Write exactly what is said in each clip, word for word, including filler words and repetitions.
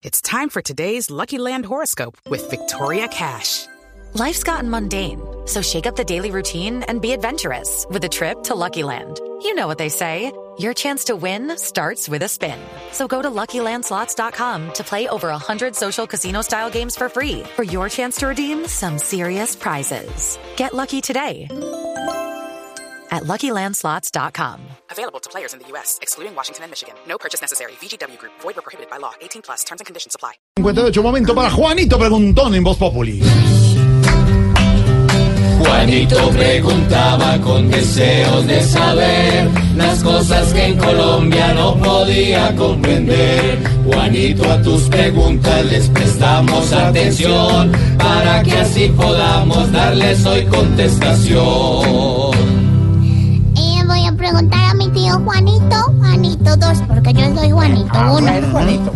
It's time for today's Lucky Land horoscope with Victoria Cash. Life's gotten mundane, so shake up the daily routine and be adventurous with a trip to Lucky Land. You know what they say, your chance to win starts with a spin. So go to Lucky Land Slots dot com to play over one hundred social casino-style games for free for your chance to redeem some serious prizes. Get lucky today at Lucky Land Slots dot com. Available to players in the U S, excluding Washington and Michigan. No purchase necessary. V G W Group. Void or prohibited by law. eighteen plus. Terms and conditions apply. cincuenta y ocho, momento para Juanito Preguntón en Voz Populi. Juanito preguntaba con deseos de saber las cosas que en Colombia no podía comprender. Juanito, a tus preguntas les prestamos atención para que así podamos darles hoy contestación. Eh, voy a preguntar a mi tío Juanito, Juanito dos, porque yo soy Juanito Ah, uno. bueno, Juanito.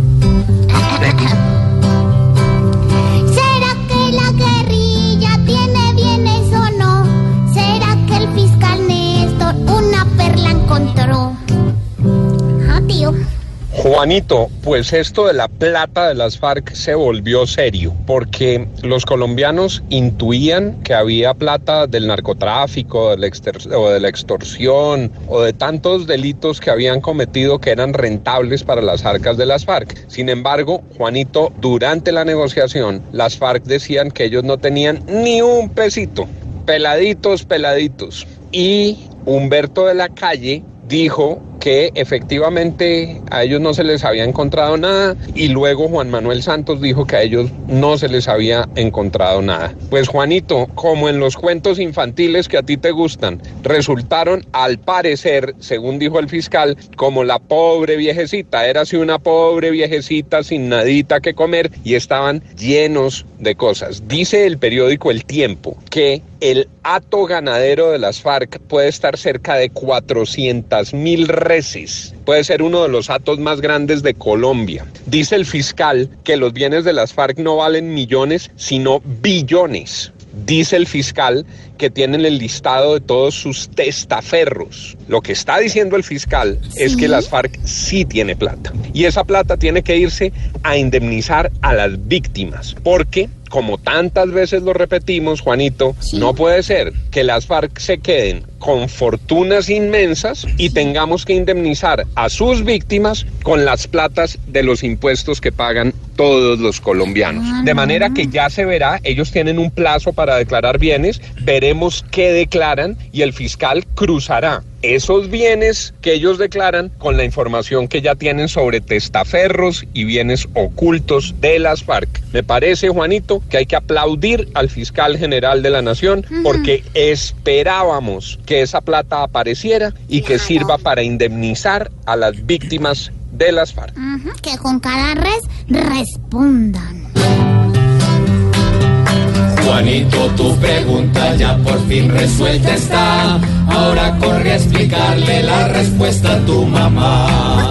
¿Será que la guerrilla tiene bienes o no? ¿Será que el fiscal Néstor una perla encontró? Ah, tío. Juanito, pues esto de la plata de las FARC se volvió serio, porque los colombianos intuían que había plata del narcotráfico, del exter- o de la extorsión, o de tantos delitos que habían cometido que eran rentables para las arcas de las FARC. Sin embargo, Juanito, durante la negociación, las FARC decían que ellos no tenían ni un pesito, peladitos, peladitos. Y Humberto de la Calle dijo que efectivamente a ellos no se les había encontrado nada, y luego Juan Manuel Santos dijo que a ellos no se les había encontrado nada. Pues Juanito, como en los cuentos infantiles que a ti te gustan, resultaron al parecer, según dijo el fiscal, como la pobre viejecita. Era así una pobre viejecita sin nadita que comer y estaban llenos de cosas. Dice el periódico El Tiempo que el hato ganadero de las FARC puede estar cerca de cuatrocientas mil reses. Puede ser uno de los hatos más grandes de Colombia. Dice el fiscal que los bienes de las FARC no valen millones, sino billones. Dice el fiscal que tienen el listado de todos sus testaferros. Lo que está diciendo el fiscal ¿Sí? es que las FARC sí tiene plata. Y esa plata tiene que irse a indemnizar a las víctimas. Porque, como tantas veces lo repetimos, Juanito, ¿Sí? no puede ser que las FARC se queden con fortunas inmensas y tengamos que indemnizar a sus víctimas con las platas de los impuestos que pagan todos los colombianos. De manera que ya se verá, ellos tienen un plazo para declarar bienes, veremos qué declaran y el fiscal cruzará esos bienes que ellos declaran con la información que ya tienen sobre testaferros y bienes ocultos de las FARC. Me parece, Juanito, que hay que aplaudir al fiscal general de la Nación porque esperábamos que esa plata apareciera y que sirva para indemnizar a las víctimas de las FARC. Uh-huh, que con cada res respondan. Juanito, tu pregunta ya por fin resuelta está. Ahora corre a explicarle la respuesta a tu mamá.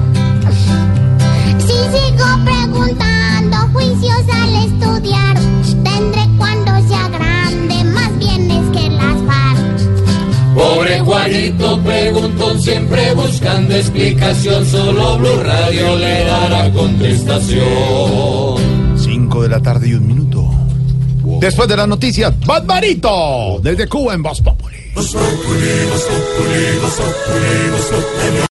Si sigo preguntando juicios al estudiar, tendré cuando sea grande más bienes que las FARC. Pobre Juanito preguntón, siempre buscando explicación, solo Blue Radio le dará contestación. cinco de la tarde y un minuto. Después de las noticias, Barbarito, desde Cuba en Voz Populi.